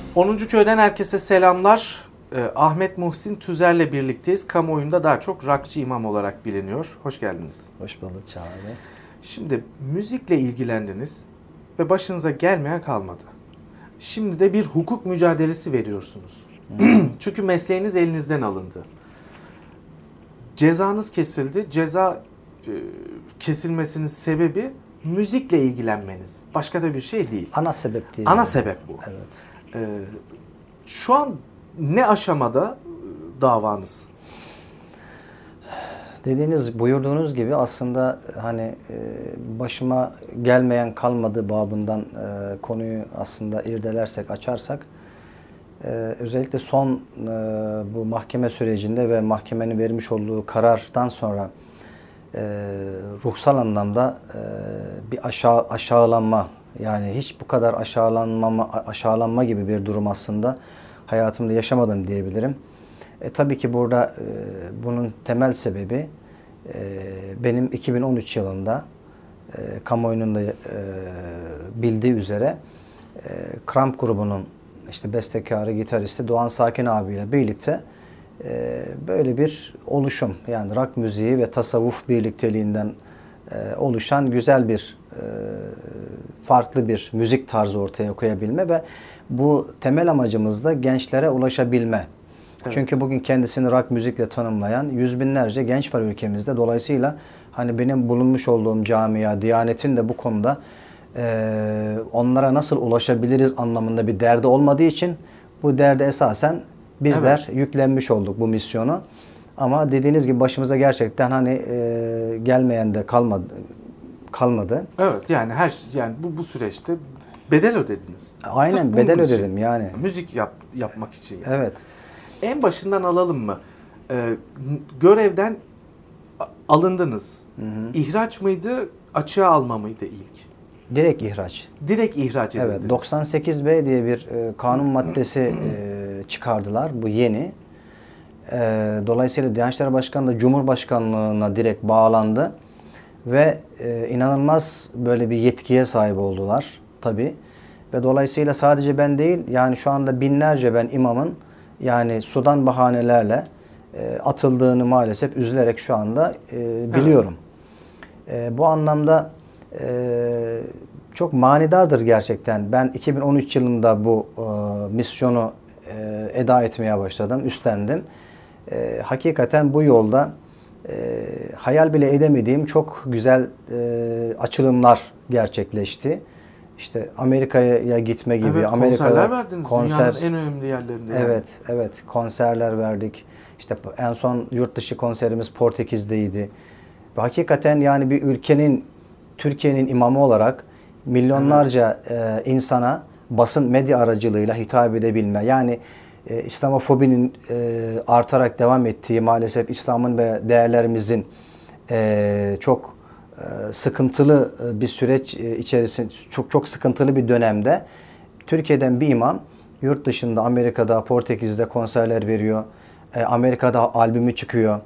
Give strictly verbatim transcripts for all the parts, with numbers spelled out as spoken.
onuncu Köy'den herkese selamlar. Ee, Ahmet Muhsin Tüzer'le birlikteyiz. Kamuoyunda daha çok rockçı imam olarak biliniyor. Hoş geldiniz. Hoş bulduk Çağrı Bey. Şimdi müzikle ilgilendiniz ve başınıza gelmeyen kalmadı. Şimdi de bir hukuk mücadelesi veriyorsunuz. Çünkü mesleğiniz elinizden alındı. Cezanız kesildi. Ceza e, kesilmesinin sebebi müzikle ilgilenmeniz. Başka da bir şey değil. Ana sebep değil. Ana yani. sebep bu. Evet. Ee, şu an ne aşamada davanız? Dediğiniz, buyurduğunuz gibi aslında hani başıma gelmeyen kalmadı babından konuyu aslında irdelersek, açarsak özellikle son bu mahkeme sürecinde ve mahkemenin vermiş olduğu karardan sonra ruhsal anlamda bir aşağı aşağılanma, yani hiç bu kadar aşağılanma aşağılanma gibi bir durum aslında hayatımda yaşamadım diyebilirim. E, tabii ki burada e, bunun temel sebebi e, benim iki bin on üç yılında e, kamuoyunun da e, bildiği üzere e, Kramp grubunun işte bestekarı, gitaristi Doğan Sakin abiyle birlikte e, böyle bir oluşum, yani rock müziği ve tasavvuf birlikteliğinden e, oluşan güzel bir e, farklı bir müzik tarzı ortaya koyabilme ve bu temel amacımız da gençlere ulaşabilme. Evet. Çünkü bugün kendisini rock müzikle tanımlayan yüz binlerce genç var ülkemizde. Dolayısıyla hani benim bulunmuş olduğum camia, Diyanet'in de bu konuda e, onlara nasıl ulaşabiliriz anlamında bir derdi olmadığı için bu derde esasen bizler evet. yüklenmiş olduk bu misyonu. Ama dediğiniz gibi başımıza gerçekten hani e, gelmeyen de kalmadı. kalmadı. Evet, yani her yani bu bu süreçte bedel ödediniz. Aynen, bedel ödedim için. yani. Müzik yap, yapmak için yani. Evet. En başından alalım mı? Ee, görevden alındınız. Hı hı. İhraç mıydı, açığa alma mıydı ilk? Direkt ihraç. Direkt ihraç edildiniz. Evet, doksan sekiz B diye bir e, kanun maddesi e, çıkardılar. Bu yeni. E, dolayısıyla Diyanet İşleri Başkanlığı da Cumhurbaşkanlığına direkt bağlandı. Ve e, inanılmaz böyle bir yetkiye sahip oldular tabii. Ve dolayısıyla sadece ben değil, yani şu anda binlerce ben imamın yani sudan bahanelerle e, atıldığını maalesef üzülerek şu anda e, biliyorum. Evet. E, bu anlamda e, çok manidardır gerçekten. Ben iki bin on üç yılında bu e, misyonu e, eda etmeye başladım, üstlendim. E, hakikaten bu yolda e, hayal bile edemediğim çok güzel e, açılımlar gerçekleşti. İşte Amerika'ya gitme gibi. Evet, Amerika'da konserler verdiniz. Konser, dünyanın en önemli yerlerinde. Yani. Evet, evet. Konserler verdik. İşte en son yurt dışı konserimiz Portekiz'deydi. Ve hakikaten yani bir ülkenin, Türkiye'nin imamı olarak milyonlarca evet. e, insana basın medya aracılığıyla hitap edebilme. Yani e, İslamofobinin e, artarak devam ettiği, maalesef İslam'ın ve değerlerimizin e, çok sıkıntılı bir süreç içerisinde, çok çok sıkıntılı bir dönemde Türkiye'den bir imam yurt dışında, Amerika'da, Portekiz'de konserler veriyor. Amerika'da albümü çıkıyor.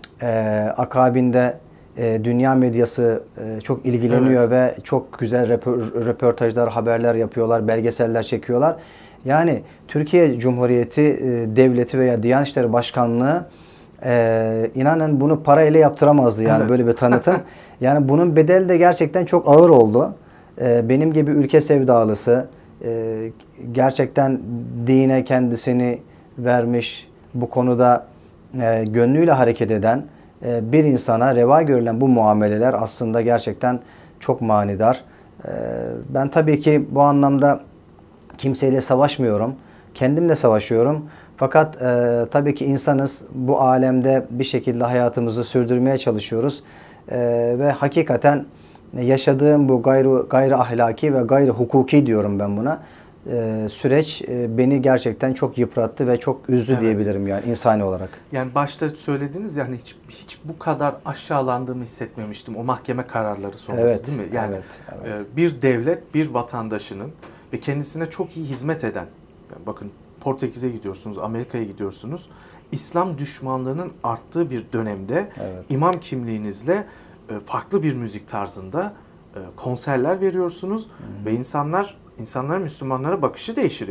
Akabinde dünya medyası çok ilgileniyor evet. ve çok güzel röportajlar, haberler yapıyorlar, belgeseller çekiyorlar. Yani Türkiye Cumhuriyeti Devleti veya Diyanet İşleri Başkanlığı Ee, inanın bunu parayla yaptıramazdı yani evet. böyle bir tanıtım. Yani bunun bedeli de gerçekten çok ağır oldu. Ee, benim gibi ülke sevdalısı, e, gerçekten dine kendisini vermiş, bu konuda e, gönlüyle hareket eden e, bir insana reva görülen bu muameleler aslında gerçekten çok manidar. E, ben tabii ki bu anlamda kimseyle savaşmıyorum. Kendimle savaşıyorum. Fakat e, tabii ki insanız, bu alemde bir şekilde hayatımızı sürdürmeye çalışıyoruz. E, ve hakikaten yaşadığım bu gayri, gayri ahlaki ve gayri hukuki diyorum ben buna. E, süreç e, beni gerçekten çok yıprattı ve çok üzdü evet. diyebilirim yani insani olarak. Yani başta söylediniz yani hiç hiç bu kadar aşağılandığımı hissetmemiştim o mahkeme kararları sonrası evet, değil mi? Yani evet, evet. E, bir devlet bir vatandaşının ve kendisine çok iyi hizmet eden, yani bakın Portekiz'e gidiyorsunuz, Amerika'ya gidiyorsunuz. İslam düşmanlığının arttığı bir dönemde evet. imam kimliğinizle farklı bir müzik tarzında konserler veriyorsunuz. Hı-hı. Ve insanlar insanların Müslümanlara bakışı değişir ya.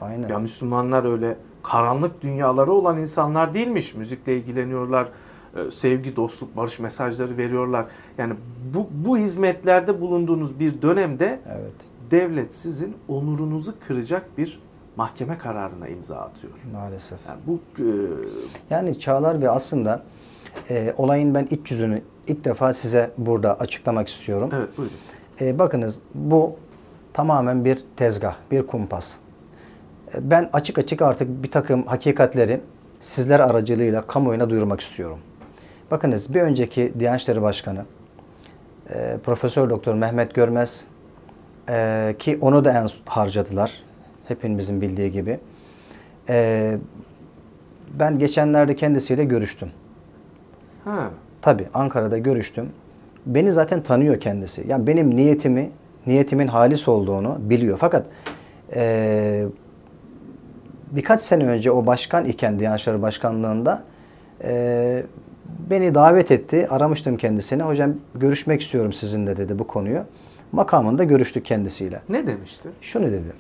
Aynen. Ya Müslümanlar öyle karanlık dünyaları olan insanlar değilmiş. Müzikle ilgileniyorlar. Sevgi, dostluk, barış mesajları veriyorlar. Yani bu, bu hizmetlerde bulunduğunuz bir dönemde evet. devlet sizin onurunuzu kıracak bir mahkeme kararına imza atıyor. Maalesef. Yani bu e... yani Çağlar Bey, aslında e, olayın ben iç yüzünü ilk defa size burada açıklamak istiyorum. Evet, buyurun. E, bakınız, bu tamamen bir tezgah, bir kumpas. E, ben açık açık artık bir takım hakikatleri sizler aracılığıyla kamuoyuna duyurmak istiyorum. Bakınız, bir önceki Diyanet İşleri Başkanı e, Profesör Doktor Mehmet Görmez, e, ki onu da en harcadılar. Hepimizin bildiği gibi. E, ben geçenlerde kendisiyle görüştüm. Ha. Tabii Ankara'da görüştüm. Beni zaten tanıyor kendisi. Yani benim niyetimi, niyetimin halis olduğunu biliyor. Fakat e, birkaç sene önce o başkan iken Diyanet İşleri Başkanlığı'nda e, beni davet etti. Aramıştım kendisine. Hocam görüşmek istiyorum sizinle dedi bu konuyu. Makamında görüştük kendisiyle. Ne demişti? Şunu dedi.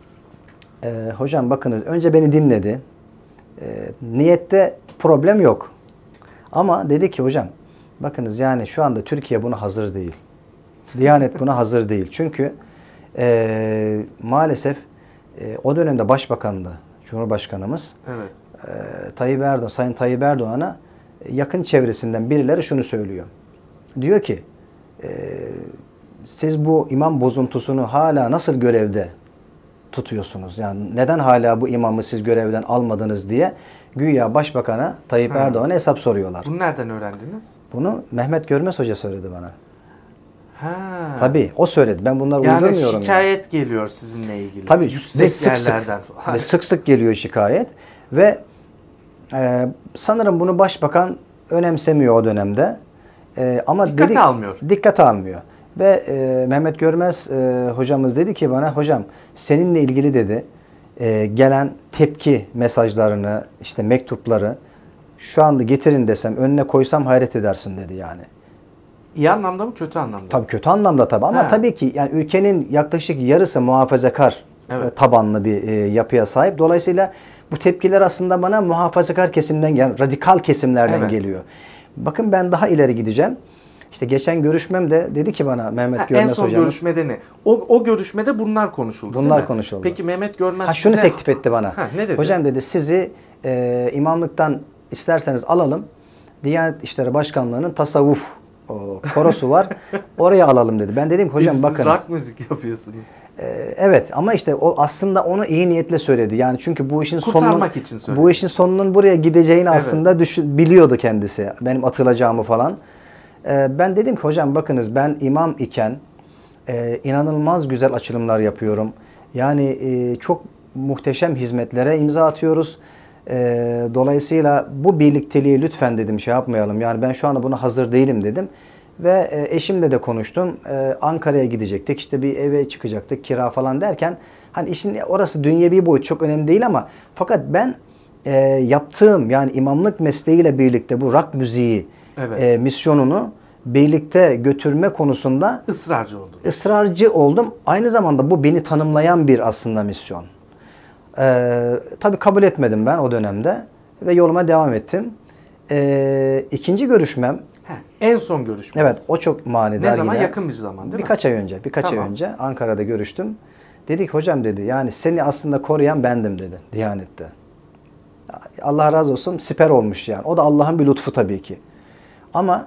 E, hocam bakınız, önce beni dinledi. E, niyette problem yok. Ama dedi ki hocam bakınız, yani şu anda Türkiye buna hazır değil. Diyanet buna hazır değil. Çünkü e, maalesef e, o dönemde başbakandı Cumhurbaşkanımız. Evet. E, Tayyip Erdoğan, Sayın Tayyip Erdoğan'a yakın çevresinden birileri şunu söylüyor. Diyor ki e, siz bu imam bozuntusunu hala nasıl görevde tutuyorsunuz? Yani neden hala bu imamı siz görevden almadınız diye güya Başbakan'a, Tayyip Erdoğan'a hesap soruyorlar. Bunu nereden öğrendiniz? Bunu Mehmet Görmez Hoca söyledi bana. Ha. Tabii o söyledi. Ben bunları yani uydurmuyorum. Yani şikayet yani. geliyor sizinle ilgili. Tabii yüksek sık sık, yerlerden ve sık sık geliyor şikayet ve e, sanırım bunu Başbakan önemsemiyor o dönemde. E, ama dikkate dedi, almıyor. Dikkate almıyor. Ve e, Mehmet Görmez e, hocamız dedi ki bana, hocam seninle ilgili dedi e, gelen tepki mesajlarını, işte mektupları şu anda getirin desem, önüne koysam hayret edersin dedi yani. İyi anlamda mı, kötü anlamda mı? Tabii kötü anlamda tabii, ama He. tabii ki yani ülkenin yaklaşık yarısı muhafazakar evet. tabanlı bir e, yapıya sahip. Dolayısıyla bu tepkiler aslında bana muhafazakar kesimden, yani radikal kesimlerden evet. geliyor. Bakın, ben daha ileri gideceğim. İşte geçen görüşmemde dedi ki bana Mehmet ha, Görmez hocam. En son hocamız, görüşmede ne? O, o görüşmede bunlar konuşuldu bunlar değil mi? konuşuldu. Peki Mehmet Görmez ha, şunu size... teklif etti bana. Ha, ne dedi? Hocam dedi, sizi e, imamlıktan isterseniz alalım. Diyanet İşleri Başkanlığı'nın tasavvuf o, korosu var. Oraya alalım dedi. Ben dedim ki hocam Siz bakınız. rock müzik yapıyorsunuz. E, evet, ama işte o aslında onu iyi niyetle söyledi. Yani çünkü bu işin kurtarmak sonunun, için söyledi. Bu işin sonunun buraya gideceğini evet. aslında düşün, biliyordu kendisi. Benim atılacağımı falan. Ben dedim ki hocam bakınız, ben imam iken e, inanılmaz güzel açılımlar yapıyorum. Yani e, çok muhteşem hizmetlere imza atıyoruz. E, dolayısıyla bu birlikteliği lütfen dedim şey yapmayalım. Yani ben şu anda buna hazır değilim dedim. Ve e, eşimle de konuştum. E, Ankara'ya gidecektik. İşte bir eve çıkacaktık, kira falan derken. Hani işin orası dünyevi boyut, çok önemli değil ama fakat ben e, yaptığım, yani imamlık mesleğiyle birlikte bu rock müziği evet. e, misyonunu birlikte götürme konusunda ısrarcı oldum. Israrcı oldum. Aynı zamanda bu beni tanımlayan bir aslında misyon. Ee, tabii kabul etmedim ben o dönemde ve yoluma devam ettim. Ee, ikinci görüşmem. Heh, en son görüşmemiz. Evet, o çok manidar. Ne zaman? Yine. Yakın bir zaman değil mi? Birkaç ay önce. Birkaç tamam. ay önce Ankara'da görüştüm. Dedi ki hocam dedi, yani seni aslında koruyan bendim dedi Diyanet'te. Allah razı olsun, siper olmuş yani. O da Allah'ın bir lütfu tabii ki. Ama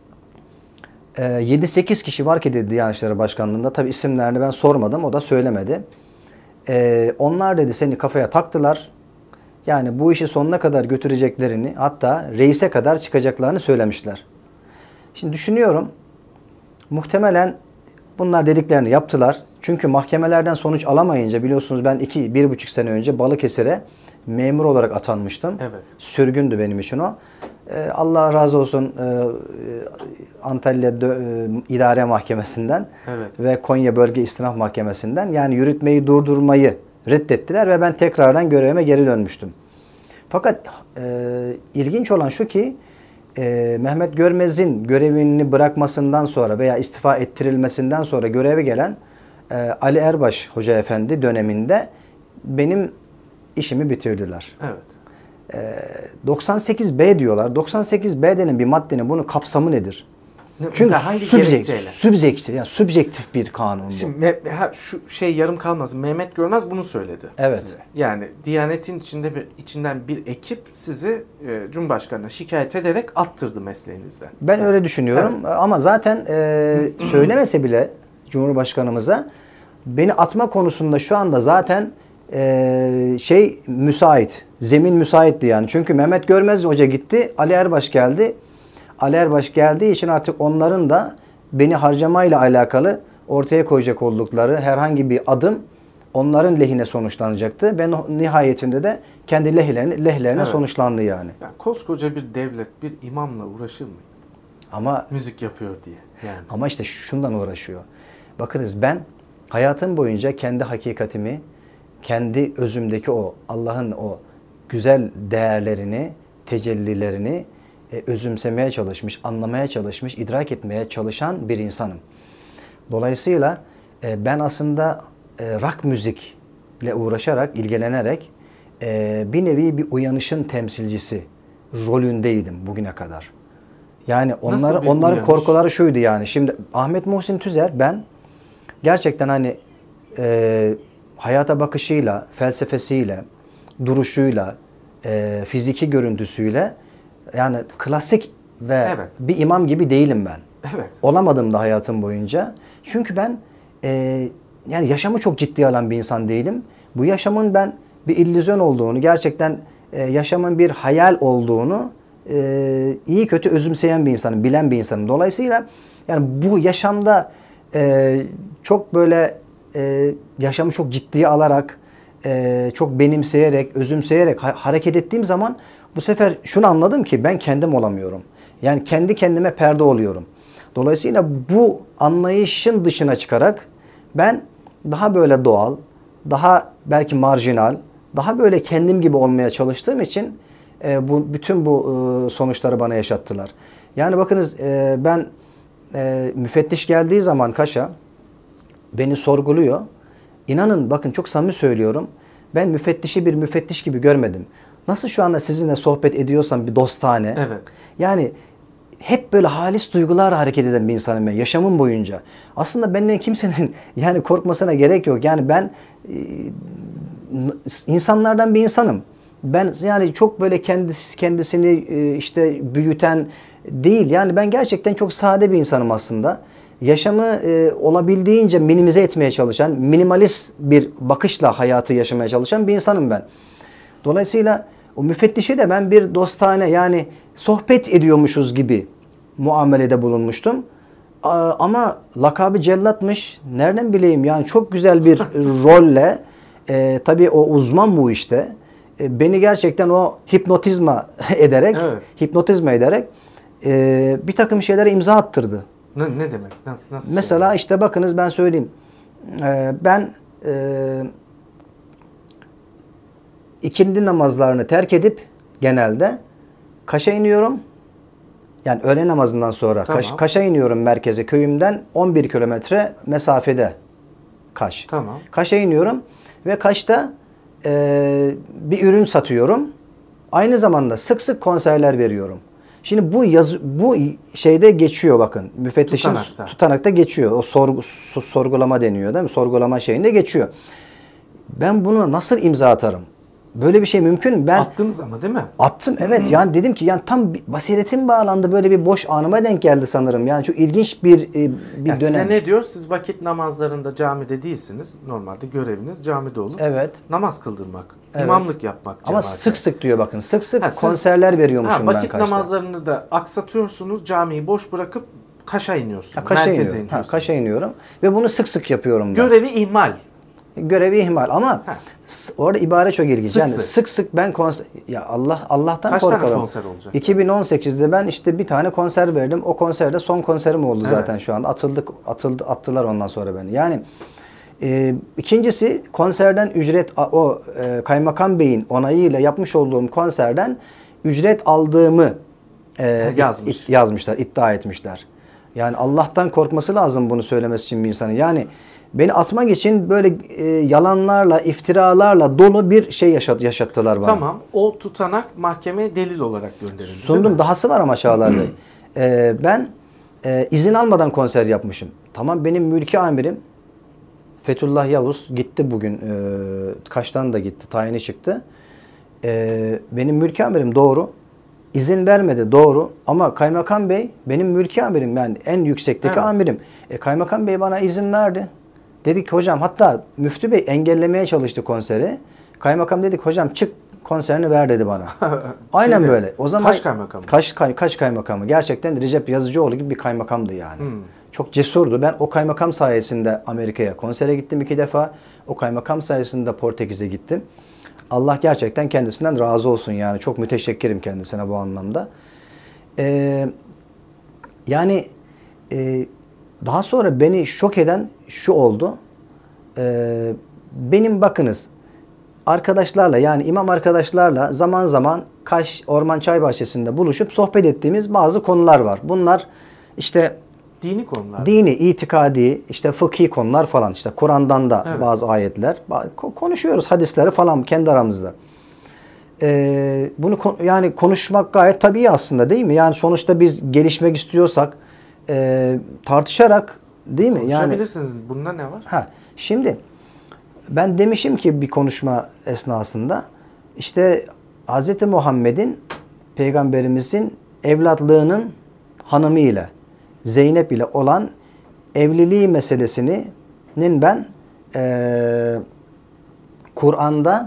yedi sekiz kişi var ki dedi Diyanet İşleri Başkanlığı'nda. Tabi isimlerini ben sormadım. O da söylemedi. Ee, onlar dedi seni kafaya taktılar. Yani bu işi sonuna kadar götüreceklerini, hatta reise kadar çıkacaklarını söylemişler. Şimdi düşünüyorum. Muhtemelen bunlar dediklerini yaptılar. Çünkü mahkemelerden sonuç alamayınca, biliyorsunuz ben iki, bir buçuk sene önce Balıkesir'e memur olarak atanmıştım. Evet. Sürgündü benim için o. Allah razı olsun Antalya İdare Mahkemesi'nden evet. ve Konya Bölge İstinaf Mahkemesi'nden, yani yürütmeyi durdurmayı reddettiler ve ben tekrardan görevime geri dönmüştüm. Fakat e, ilginç olan şu ki e, Mehmet Görmez'in görevini bırakmasından sonra veya istifa ettirilmesinden sonra göreve gelen e, Ali Erbaş Hoca Efendi döneminde benim işimi bitirdiler. Evet. Ee, doksan sekiz B diyorlar. doksan sekiz B denen bir maddenin bunun kapsamı nedir? Ne, Çünkü subjektif, subjektif, yani subjektif bir kanun bu. Şimdi ha, şu şey yarım kalmasın. Mehmet Görmez bunu söyledi evet. size. Yani Diyanet'in içinde bir içinden bir ekip sizi e, Cumhurbaşkanı'na şikayet ederek attırdı mesleğinizden. Ben yani, öyle düşünüyorum. Evet. Ama zaten e, söylemese bile Cumhurbaşkanımıza beni atma konusunda şu anda zaten e, şey müsait. Zemin müsaitti yani. Çünkü Mehmet Görmez Hoca gitti. Ali Erbaş geldi. Ali Erbaş geldiği için artık onların da beni harcamayla alakalı ortaya koyacak oldukları herhangi bir adım onların lehine sonuçlanacaktı. Ben nihayetinde de kendi lehlerine, lehlerine evet. sonuçlandı yani. yani. Koskoca bir devlet bir imamla uğraşır mı? Ama müzik yapıyor diye. Yani. Ama işte şundan uğraşıyor. Bakınız ben hayatım boyunca kendi hakikatimi, kendi özümdeki o Allah'ın o güzel değerlerini, tecellilerini e, özümsemeye çalışmış, anlamaya çalışmış, idrak etmeye çalışan bir insanım. Dolayısıyla e, ben aslında e, rock müzikle uğraşarak, ilgilenerek e, bir nevi bir uyanışın temsilcisi rolündeydim bugüne kadar. Yani onlar, onların uyanış? korkuları şuydu yani. Şimdi Ahmet Muhsin Tüzer ben gerçekten hani e, hayata bakışıyla, felsefesiyle, duruşuyla, e, fiziki görüntüsüyle yani klasik ve evet. bir imam gibi değilim ben. Evet. Olamadım da hayatım boyunca. Çünkü ben e, yani yaşamı çok ciddiye alan bir insan değilim. Bu yaşamın ben bir illüzyon olduğunu, gerçekten e, yaşamın bir hayal olduğunu e, iyi kötü özümseyen bir insanım, bilen bir insanım. Dolayısıyla yani bu yaşamda e, çok böyle e, yaşamı çok ciddiye alarak, e, çok benimseyerek, özümseyerek ha- hareket ettiğim zaman bu sefer şunu anladım ki ben kendim olamıyorum. Yani kendi kendime perde oluyorum. Dolayısıyla bu anlayışın dışına çıkarak ben daha böyle doğal, daha belki marjinal, daha böyle kendim gibi olmaya çalıştığım için e, bu bütün bu e, sonuçları bana yaşattılar. Yani bakınız e, ben e, müfettiş geldiği zaman Kaş'a beni sorguluyor. İnanın bakın çok samimi söylüyorum. Ben müfettişi bir müfettiş gibi görmedim. Nasıl şu anda sizinle sohbet ediyorsam bir dostane. Evet. Yani hep böyle halis duygularla hareket eden bir insanım ben yaşamım boyunca. Aslında benden kimsenin yani korkmasına gerek yok. Yani ben e, insanlardan bir insanım. Ben yani çok böyle kendisi, kendisini e, işte büyüten değil. Yani ben gerçekten çok sade bir insanım aslında. Yaşamı e, olabildiğince minimize etmeye çalışan, minimalist bir bakışla hayatı yaşamaya çalışan bir insanım ben. Dolayısıyla o müfettişi de ben bir dostane yani sohbet ediyormuşuz gibi muamelede bulunmuştum. Ama lakabı cellatmış. Nereden bileyim yani çok güzel bir rolle e, tabii o uzman bu işte. E, beni gerçekten o hipnotizma ederek evet. hipnotizma ederek e, bir takım şeylere imza attırdı. Ne, ne demek? Nasıl, nasıl Mesela şey işte bakınız ben söyleyeyim. E, ben e, ikindi namazlarını terk edip genelde Kaş'a iniyorum. Yani öğle namazından sonra tamam. Kaş, Kaş'a iniyorum merkeze. Köyümden on bir kilometre mesafede Kaş. Tamam. Kaş'a iniyorum ve Kaş'ta e, bir ürün satıyorum. Aynı zamanda sık sık konserler veriyorum. Şimdi bu yazı, bu şeyde geçiyor bakın. Müfettişin tutanakta, tutanakta geçiyor. O sorgu, sorgulama deniyor değil mi? Sorgulama şeyinde geçiyor. Ben bunu nasıl imza atarım? Böyle bir şey mümkün mü? Ben attınız ama değil mi? Attım evet. Yani dedim ki yani tam basiretim bağlandı. Böyle bir boş anıma denk geldi sanırım. Yani çok ilginç bir bir ya dönem. Size ne diyor? Siz vakit namazlarında camide değilsiniz. Normalde göreviniz camide olup evet. namaz kıldırmak, evet. imamlık yapmak. Ama cemaate. sık sık diyor bakın. Sık sık ha, siz, konserler veriyormuşum ha, ben Kaş'ta. Vakit namazlarını da aksatıyorsunuz. Camiyi boş bırakıp Kaş'a iniyorsunuz. Ha, Kaş'a Merkeze iniyorum. iniyorsunuz. Ha, Kaş'a iniyorum ve bunu sık sık yapıyorum ben. Görevi ihmal. Görevi ihmal ama Heh. orada ibare çok ilginç. Sık yani sık. sık sık ben konser ya Allah Allah'tan Kaç korkarım. Kaç tane konser olacak? iki bin on sekizde ben işte bir tane konser verdim. O konserde son konserim oldu evet. zaten şu anda. Atıldık atıldı attılar ondan sonra beni. Yani e, ikincisi konserden ücret o e, Kaymakam Bey'in onayıyla yapmış olduğum konserden ücret aldığımı e, yazmış. it, yazmışlar, iddia etmişler. Yani Allah'tan korkması lazım bunu söylemesi için bir insanın. Yani beni atmak için böyle e, yalanlarla, iftiralarla dolu bir şey yaşat, yaşattılar bana. Tamam. O tutanak mahkemeye delil olarak gönderildi. Sundum. Dahası var ama Çağlar Bey. e, ben e, izin almadan konser yapmışım. Tamam, benim mülki amirim Fethullah Yavuz gitti bugün. E, Kaş'tan da gitti. Tayini çıktı. E, benim mülki amirim doğru. İzin vermedi doğru. Ama Kaymakam Bey benim mülki amirim. Yani en yüksekteki evet. amirim. E, Kaymakam Bey bana izin verdi. Dedik ki hocam, hatta Müftü Bey engellemeye çalıştı konseri. Kaymakam dedik hocam çık konserini ver dedi bana. Aynen Şeyde, böyle. O zaman Kaş kaymakamı. Kaş, kay, Kaş kaymakamı. Gerçekten Recep Yazıcıoğlu gibi bir kaymakamdı yani. Hmm. Çok cesurdu. Ben o kaymakam sayesinde Amerika'ya konsere gittim iki defa. O kaymakam sayesinde Portekiz'e gittim. Allah gerçekten kendisinden razı olsun yani. Çok müteşekkirim kendisine bu anlamda. Ee, yani e, daha sonra beni şok eden şu oldu. Ee, benim bakınız arkadaşlarla, yani imam arkadaşlarla zaman zaman Kaş Orman Çay Bahçesi'nde buluşup sohbet ettiğimiz bazı konular var. Bunlar işte dini konular. Dini, itikadi, işte fıkhi konular falan. İşte Kur'an'dan da evet. bazı ayetler. Konuşuyoruz hadisleri falan kendi aramızda. Ee, bunu yani konuşmak gayet tabii aslında, değil mi? Yani sonuçta biz gelişmek istiyorsak e, tartışarak, değil mi? Konuşabilirsiniz. Yani, bunda ne var? Ha, şimdi ben demişim ki bir konuşma esnasında işte Hz. Muhammed'in, Peygamberimizin evlatlığının hanımı ile, Zeynep ile olan evliliği meselesinin ben e, Kur'an'da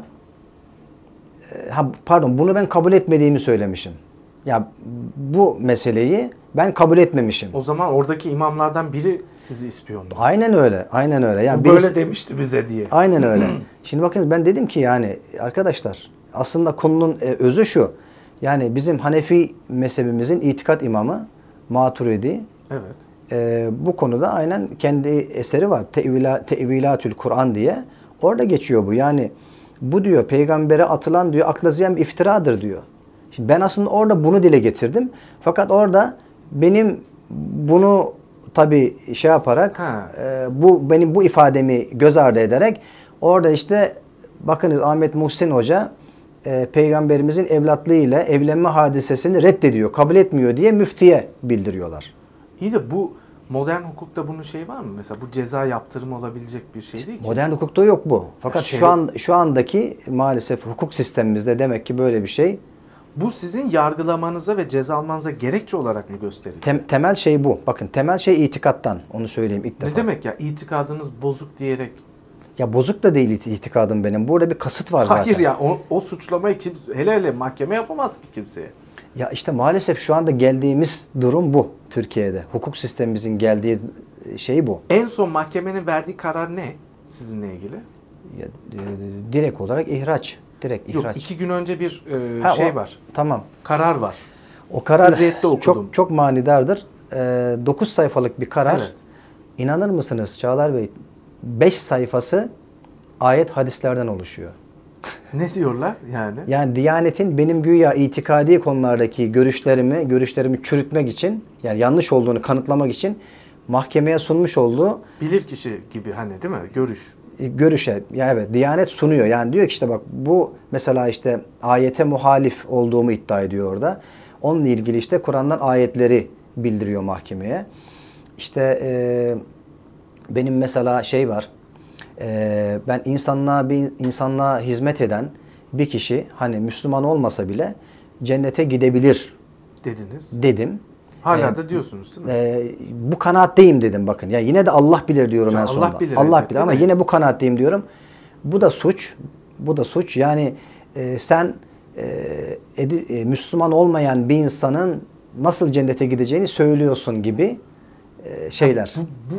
e, ha, pardon bunu ben kabul etmediğimi söylemişim. Ya bu meseleyi ben kabul etmemişim. O zaman oradaki imamlardan biri sizi ispiyonladı. Aynen öyle. Aynen öyle. Yani böyle birisi, demişti bize diye. Aynen öyle. Şimdi bakın ben dedim ki yani arkadaşlar aslında konunun e, özü şu. Yani bizim Hanefi mezhebimizin itikat imamı Maturidi. Evet. E, bu konuda aynen kendi eseri var. Tevila, Tevilatül Kur'an diye. Orada geçiyor bu. Yani bu diyor peygambere atılan diyor akla ziyan bir iftiradır diyor. Şimdi ben aslında orada bunu dile getirdim. Fakat orada benim bunu tabii şey yaparak e, bu benim bu ifademi göz ardı ederek orada işte bakınız Ahmet Muhsin Hoca e, peygamberimizin evlatlığıyla evlenme hadisesini reddediyor, kabul etmiyor diye müftiye bildiriyorlar. İyi de bu modern hukukta bunun şey var mı? Mesela bu ceza yaptırımı olabilecek bir şey değil ki. Modern hukukta yok bu. Fakat şey, şu an şu andaki maalesef hukuk sistemimizde demek ki böyle bir şey. Bu sizin yargılamanıza ve ceza almanıza gerekçe olarak mı gösteriyor? Tem, temel şey bu. Bakın temel şey itikattan. Onu söyleyeyim ilk defa. Ne demek ya? İtikadınız bozuk diyerek. Ya bozuk da değil itikadım benim. Burada bir kasıt var zaten. Hayır ya o, o suçlamayı kim, hele hele mahkeme yapamaz ki kimseye. Ya işte maalesef şu anda geldiğimiz durum bu Türkiye'de. Hukuk sistemimizin geldiği şey bu. En son mahkemenin verdiği karar ne sizinle ilgili? Ya, e, direkt olarak ihraç. Direkt ihraç. Yok, iki gün önce bir e, ha, şey o, var. Tamam. Karar var. O karar okudum. çok çok manidardır. E, dokuz sayfalık bir karar. Evet. İnanır mısınız Çağlar Bey? beş sayfası ayet hadislerden oluşuyor. Ne diyorlar yani? Yani Diyanet'in benim güya itikadi konulardaki görüşlerimi, görüşlerimi çürütmek için, yani yanlış olduğunu kanıtlamak için mahkemeye sunmuş olduğu bilirkişi gibi hani değil mi? Görüş. Görüşe. Yani evet, Diyanet sunuyor. Yani diyor ki işte bak bu mesela işte ayete muhalif olduğumu iddia ediyor orada. Onunla ilgili işte Kur'an'dan ayetleri bildiriyor mahkemeye. İşte e, benim mesela şey var. E, ben insanlığa bir insanlığa hizmet eden bir kişi hani Müslüman olmasa bile cennete gidebilir dediniz. Dedim. Hala ee, da diyorsunuz değil mi? E, bu kanaatteyim dedim bakın. Ya yine de Allah bilir diyorum Can, en sonunda. Allah bilir, Allah evet, bilir ama mi? yine bu kanaatteyim diyorum. Bu da suç. Bu da suç. Yani e, sen e, edi, e, Müslüman olmayan bir insanın nasıl cennete gideceğini söylüyorsun gibi e, şeyler. Bu, bu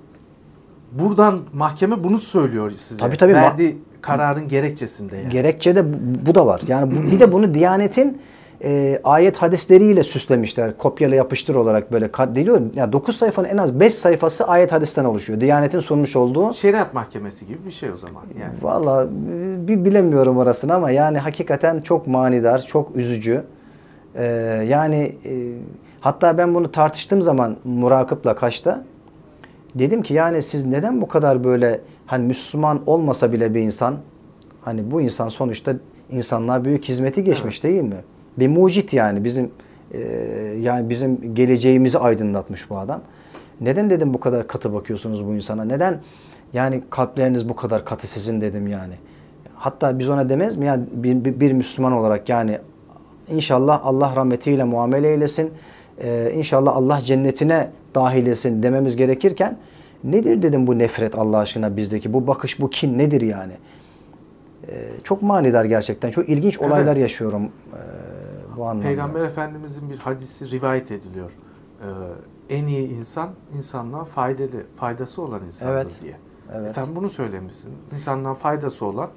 buradan mahkeme bunu söylüyor size. Tabii tabii. Verdiği kararın gerekçesinde yani. Gerekçede bu, bu da var. Yani bu, bir de bunu Diyanet'in e, ayet hadisleriyle süslemişler. Kopyala yapıştır olarak böyle diliyor. Yani dokuz sayfanın en az beş sayfası ayet hadisten oluşuyor. Diyanet'in sunmuş olduğu. Şeriat mahkemesi gibi bir şey o zaman yani. Valla bir bilemiyorum orasını ama yani hakikaten çok manidar, çok üzücü. Ee, yani e, Hatta ben bunu tartıştığım zaman Murakıp'la Kaş'ta dedim ki yani siz neden bu kadar böyle hani Müslüman olmasa bile bir insan, hani bu insan sonuçta insanlığa büyük hizmeti geçmiş, evet, değil mi? Bir mucit yani bizim e, yani bizim geleceğimizi aydınlatmış bu adam. Neden dedim bu kadar katı bakıyorsunuz bu insana? Neden yani kalpleriniz bu kadar katı sizin dedim yani. Hatta biz ona demez mi yani bir, bir, bir Müslüman olarak yani inşallah Allah rahmetiyle muamele eylesin. Ee, inşallah Allah cennetine dahil etsin dememiz gerekirken nedir dedim bu nefret Allah aşkına bizdeki bu bakış, bu kin nedir yani? Ee, çok manidar gerçekten. Çok ilginç olaylar, evet, yaşıyorum e, bu anlamda. Peygamber Efendimizin bir hadisi rivayet ediliyor. Ee, en iyi insan insanlığa faydalı, faydası olan insandır, evet, diye. Evet. E, tam bunu söylemişsin. İnsanlığa faydası olan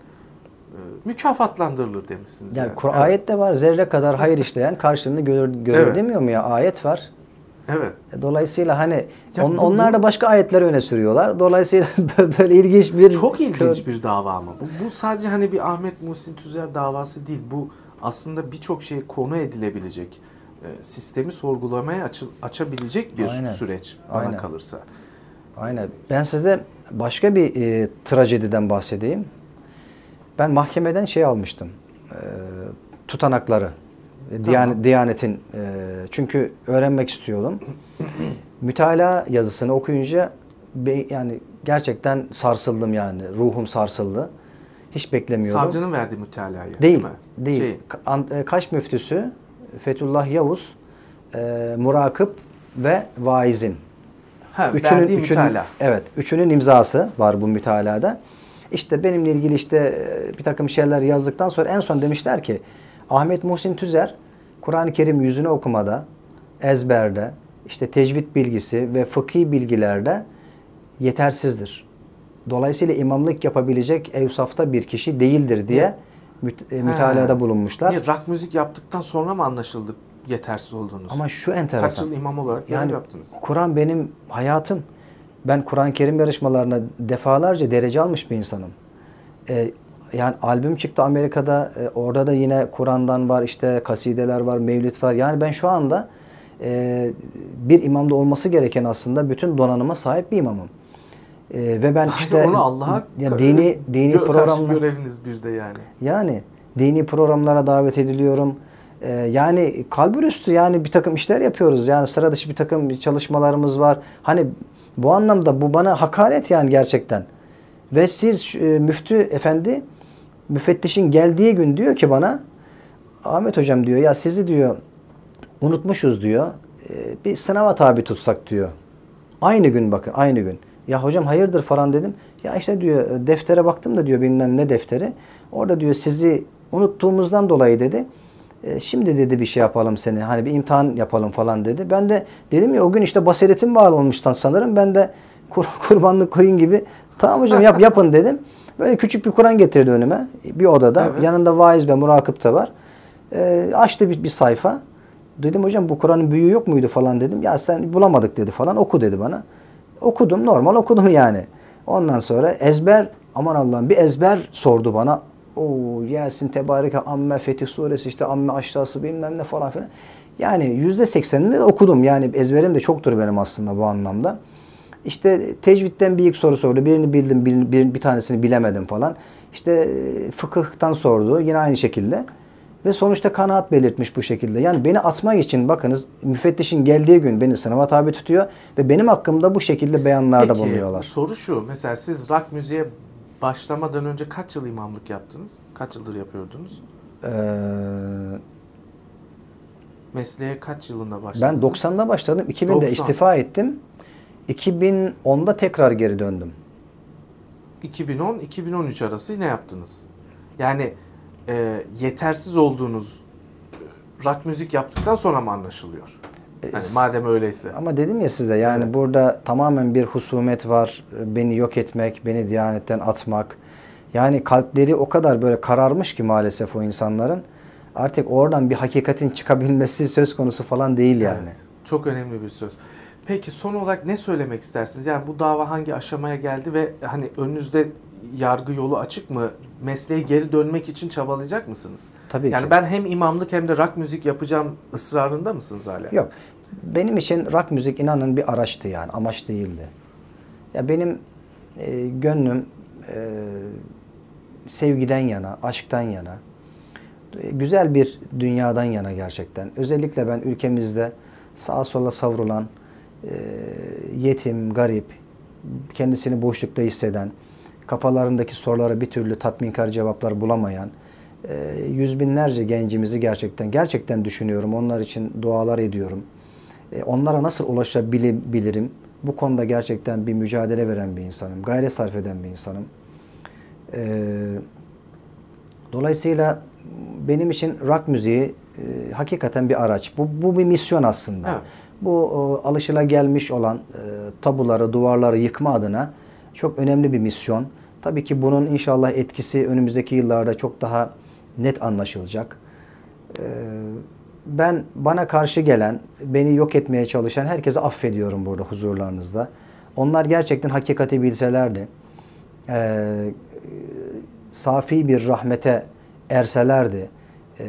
mükafatlandırılır demişsiniz. Yani, yani. Ayette var, zerre kadar hayır işleyen karşılığını görür, görür, evet, demiyor mu ya? Ayet var. Evet. Dolayısıyla hani on, bu, onlar da başka ayetleri öne sürüyorlar. Dolayısıyla böyle ilginç bir... Çok ilginç bir dava ama. Bu, bu sadece hani bir Ahmet Muhsin Tüzer davası değil. Bu aslında birçok şeye konu edilebilecek, sistemi sorgulamaya aç, açabilecek bir, aynen, süreç bana, aynen, kalırsa. Aynen. Ben size başka bir e, trajediden bahsedeyim. Ben mahkemeden şey almıştım, e, tutanakları, tamam, Diyanet, Diyanet'in, e, çünkü öğrenmek istiyordum. Mütalaa yazısını okuyunca be, yani gerçekten sarsıldım yani, ruhum sarsıldı. Hiç beklemiyordum. Savcının verdiği mütalayı. Değil, değil mi? Değil. Şey. Kaş müftüsü Fethullah Yavuz, e, Murakıp ve Vaiz'in. Ha, üçünün, verdiği üçünün, mütalaa. Evet, üçünün imzası var bu mütalada. İşte benimle ilgili işte bir takım şeyler yazdıktan sonra en son demişler ki Ahmet Muhsin Tüzer Kur'an-ı Kerim yüzünü okumada, ezberde, işte tecvid bilgisi ve fıkhi bilgilerde yetersizdir. Dolayısıyla imamlık yapabilecek evsafta bir kişi değildir diye müt mütalada bulunmuşlar. Niye? Rock müzik yaptıktan sonra mı anlaşıldı yetersiz olduğunuz? Ama şu enteresan. Kaç yıl imam olarak yani yaptınız? Kur'an benim hayatım. Ben Kur'an-ı Kerim yarışmalarına defalarca derece almış bir insanım. Ee, yani albüm çıktı Amerika'da. E, orada da yine Kur'an'dan var, işte kasideler var, mevlid var. Yani ben şu anda e, bir imamda olması gereken aslında bütün donanıma sahip bir imamım. E, ve ben Hayır, işte onu Allah'a ya dini dini programlar göreviniz bir de yani. Yani dini programlara davet ediliyorum. Ee, yani kalburüstü yani bir takım işler yapıyoruz. Yani sıra dışı bir takım çalışmalarımız var. Hani bu anlamda bu bana hakaret yani gerçekten. Ve siz e, müftü efendi müfettişin geldiği gün diyor ki bana Ahmet hocam diyor ya sizi diyor unutmuşuz diyor. E, bir sınava tabi tutsak diyor. Aynı gün bakın aynı gün. Ya hocam hayırdır falan dedim. Ya işte diyor deftere baktım da diyor bilmem ne defteri. Orada diyor sizi unuttuğumuzdan dolayı dedi. E, şimdi dedi bir şey yapalım seni. Hani bir imtihan yapalım falan dedi. Ben de dedim ya o gün işte basiretim bağlı olmuştan sanırım. Ben de kur, kurbanlık koyun gibi tamam hocam yap, yapın dedim. Böyle küçük bir Kur'an getirdi önüme. Bir odada. Evet. Yanında vaiz ve murakip de var. E, açtı bir, bir sayfa. Dedim hocam bu Kur'an'ın büyüğü yok muydu falan dedim. Ya sen bulamadık dedi falan. Oku dedi bana. Okudum. Normal okudum yani. Ondan sonra ezber aman Allah'ım bir ezber sordu bana. O Yasin Tebareke Amme Fetih Suresi işte Amme aşağısı bilmem ne falan filan. Yani yüzde seksenini de okudum. Yani ezberim de çoktur benim aslında bu anlamda. İşte tecvitten bir ilk soru sordu. Birini bildim, bir, bir, bir tanesini bilemedim falan. İşte fıkıhtan sordu. Yine aynı şekilde. Ve sonuçta kanaat belirtmiş bu şekilde. Yani beni atmak için bakınız müfettişin geldiği gün beni sınava tabi tutuyor. Ve benim hakkımda bu şekilde beyanlarda Peki, bulunuyorlar. Peki soru şu. Mesela siz rock müziğe başlamadan önce kaç yıl imamlık yaptınız? Kaç yıldır yapıyordunuz? Ee, Mesleğe kaç yılında başladınız? Ben doksan'da başladım. iki binde doksan. istifa ettim. iki bin onda tekrar geri döndüm. iki bin on iki bin on üç arası ne yaptınız? Yani e, yetersiz olduğunuz rock müzik yaptıktan sonra mı anlaşılıyor? Yani madem öyleyse. Ama dedim ya size yani evet. Burada tamamen bir husumet var. Beni yok etmek, beni Diyanet'ten atmak. Yani kalpleri o kadar böyle kararmış ki maalesef o insanların. Artık oradan bir hakikatin çıkabilmesi söz konusu falan değil yani. Evet, çok önemli bir söz. Peki son olarak ne söylemek istersiniz? Yani bu dava hangi aşamaya geldi ve hani önünüzde yargı yolu açık mı? Mesleğe geri dönmek için çabalayacak mısınız? Tabii yani ki. Ben hem imamlık hem de rock müzik yapacağım ısrarında mısınız hala? Yok. Benim için rock müzik inanın bir araçtı yani, amaç değildi. Ya benim e, gönlüm e, sevgiden yana, aşktan yana, e, güzel bir dünyadan yana gerçekten. Özellikle ben ülkemizde sağa sola savrulan, e, yetim, garip, kendisini boşlukta hisseden, kafalarındaki sorulara bir türlü tatminkar cevaplar bulamayan e, yüz binlerce gencimizi gerçekten gerçekten düşünüyorum. Onlar için dualar ediyorum. E, onlara nasıl ulaşabilirim? Bu konuda gerçekten bir mücadele veren bir insanım. Gayret sarf eden bir insanım. E, dolayısıyla benim için rock müziği e, hakikaten bir araç. Bu, bu bir misyon aslında. Evet. Bu e, alışılagelmiş olan e, tabuları, duvarları yıkma adına çok önemli bir misyon. Tabii ki bunun inşallah etkisi önümüzdeki yıllarda çok daha net anlaşılacak. E, ben bana karşı gelen, beni yok etmeye çalışan herkese affediyorum burada huzurlarınızda. Onlar gerçekten hakikati bilselerdi, e, safi bir rahmete erselerdi, e,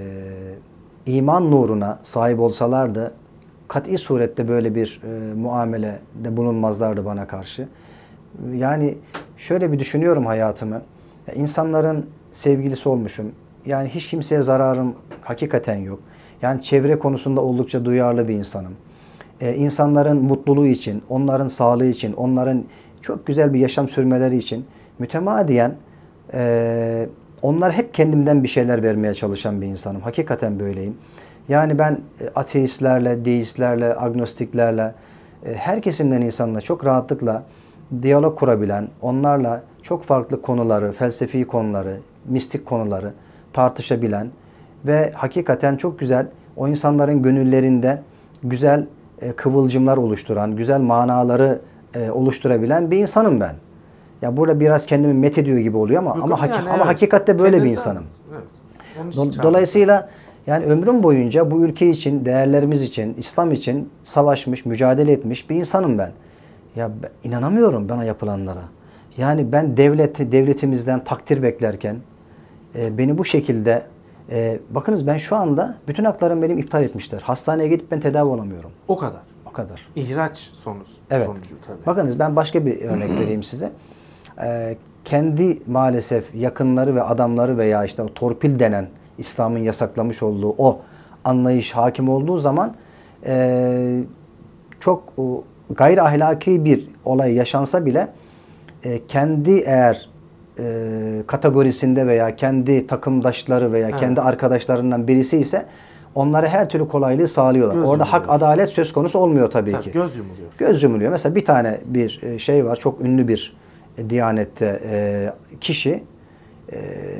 iman nuruna sahip olsalardı, kat'i surette böyle bir e, muamelede bulunmazlardı bana karşı. Yani şöyle bir düşünüyorum hayatımı. Ya insanların sevgilisi olmuşum. Yani hiç kimseye zararım hakikaten yok. Yani çevre konusunda oldukça duyarlı bir insanım. Ee, insanların mutluluğu için, onların sağlığı için, onların çok güzel bir yaşam sürmeleri için mütemadiyen e, onlar hep kendimden bir şeyler vermeye çalışan bir insanım. Hakikaten böyleyim. Yani ben ateistlerle, deistlerle, agnostiklerle, e, her kesimden insanla çok rahatlıkla diyalog kurabilen, onlarla çok farklı konuları, felsefi konuları, mistik konuları tartışabilen ve hakikaten çok güzel o insanların gönüllerinde güzel e, kıvılcımlar oluşturan, güzel manaları e, oluşturabilen bir insanım ben. Ya burada biraz kendimi methediyor gibi oluyor ama Yok, ama, haki, yani ama evet. hakikatte böyle Kendinize, bir insanım. Evet. Do- Dolayısıyla yani ömrüm boyunca bu ülke için, değerlerimiz için, İslam için savaşmış, mücadele etmiş bir insanım ben. Ya ben inanamıyorum bana yapılanlara. Yani ben devleti, devletimizden takdir beklerken e, beni bu şekilde e, bakınız ben şu anda bütün haklarımı benim iptal etmişler. Hastaneye gidip ben tedavi olamıyorum. O kadar. O kadar. İhraç sonucu, evet. sonucu tabii. Bakınız ben başka bir örnek vereyim size. E, kendi maalesef yakınları ve adamları veya işte o torpil denen İslam'ın yasaklamış olduğu o anlayış hakim olduğu zaman e, çok o, gayri ahlaki bir olay yaşansa bile e, kendi eğer e, kategorisinde veya kendi takımdaşları veya evet. kendi arkadaşlarından birisi ise onlara her türlü kolaylığı sağlıyorlar. Göz Orada yumuluyor. hak adalet söz konusu olmuyor tabii, tabii ki. Göz yumuluyor. Göz yumuluyor. Mesela bir tane bir şey var. Çok ünlü bir e, Diyanette e, kişi e,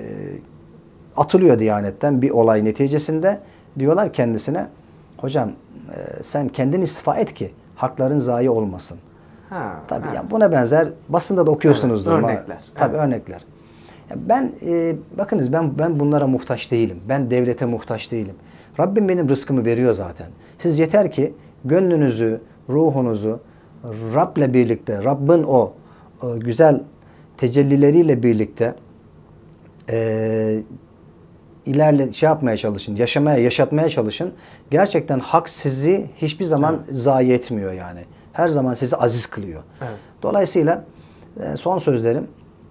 atılıyor Diyanet'ten bir olay neticesinde. Diyorlar kendisine, hocam e, sen kendin istifa et ki hakların zayi olmasın. Ha, tabii evet. yani buna benzer basında da okuyorsunuzdur. Evet, örnekler. Tabii evet. örnekler. Ben e, bakınız ben ben bunlara muhtaç değilim. Ben devlete muhtaç değilim. Rabbim benim rızkımı veriyor zaten. Siz yeter ki gönlünüzü, ruhunuzu Rab'le birlikte, Rabbin o, o güzel tecellileriyle birlikte e, ilerle şey yapmaya çalışın, yaşamaya, yaşatmaya çalışın. Gerçekten hak sizi hiçbir zaman evet. zayi etmiyor yani. Her zaman sizi aziz kılıyor. Evet. Dolayısıyla e, son sözlerim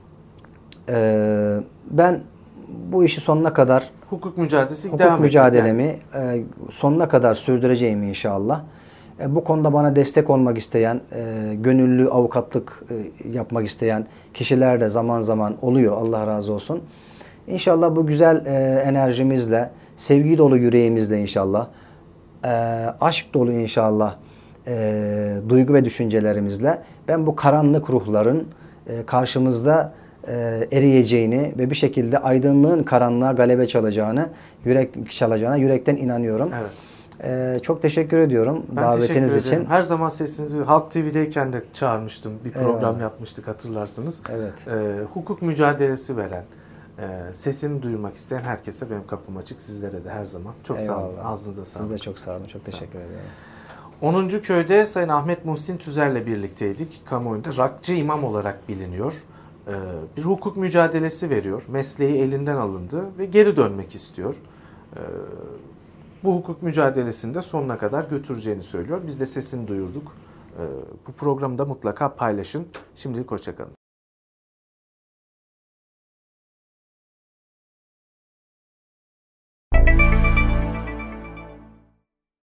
e, ben bu işi sonuna kadar hukuk mücadelesi hukuk devam mücadelemi yani. e, sonuna kadar sürdüreceğim inşallah. E, bu konuda bana destek olmak isteyen, e, gönüllü avukatlık e, yapmak isteyen kişiler de zaman zaman oluyor. Allah razı olsun. İnşallah bu güzel e, enerjimizle, sevgi dolu yüreğimizle inşallah, e, aşk dolu inşallah, e, duygu ve düşüncelerimizle ben bu karanlık ruhların e, karşımızda e, eriyeceğini ve bir şekilde aydınlığın karanlığa galebe çalacağını, yürek çalacağına yürekten inanıyorum. Evet. Ee, çok teşekkür ediyorum ben davetiniz teşekkür için. Her zaman sesinizi Halk T V'deyken de çağırmıştım. Bir program evet. yapmıştık hatırlarsınız. Evet. Ee, hukuk mücadelesi veren, e, sesini duyurmak isteyen herkese benim kapım açık. Sizlere de her zaman. Çok Eyvallah. Sağ olun. Ağzınıza sağlık. Siz de çok sağ olun. Çok teşekkür ederim. onuncu köyde Sayın Ahmet Muhsin Tüzer'le birlikteydik. Kamuoyunda rakçı imam olarak biliniyor. Ee, bir hukuk mücadelesi veriyor. Mesleği elinden alındı ve geri dönmek istiyor. Ee, bu hukuk mücadelesini de sonuna kadar götüreceğini söylüyor. Biz de sesini duyurduk. Bu programı da mutlaka paylaşın. Şimdilik hoşça kalın.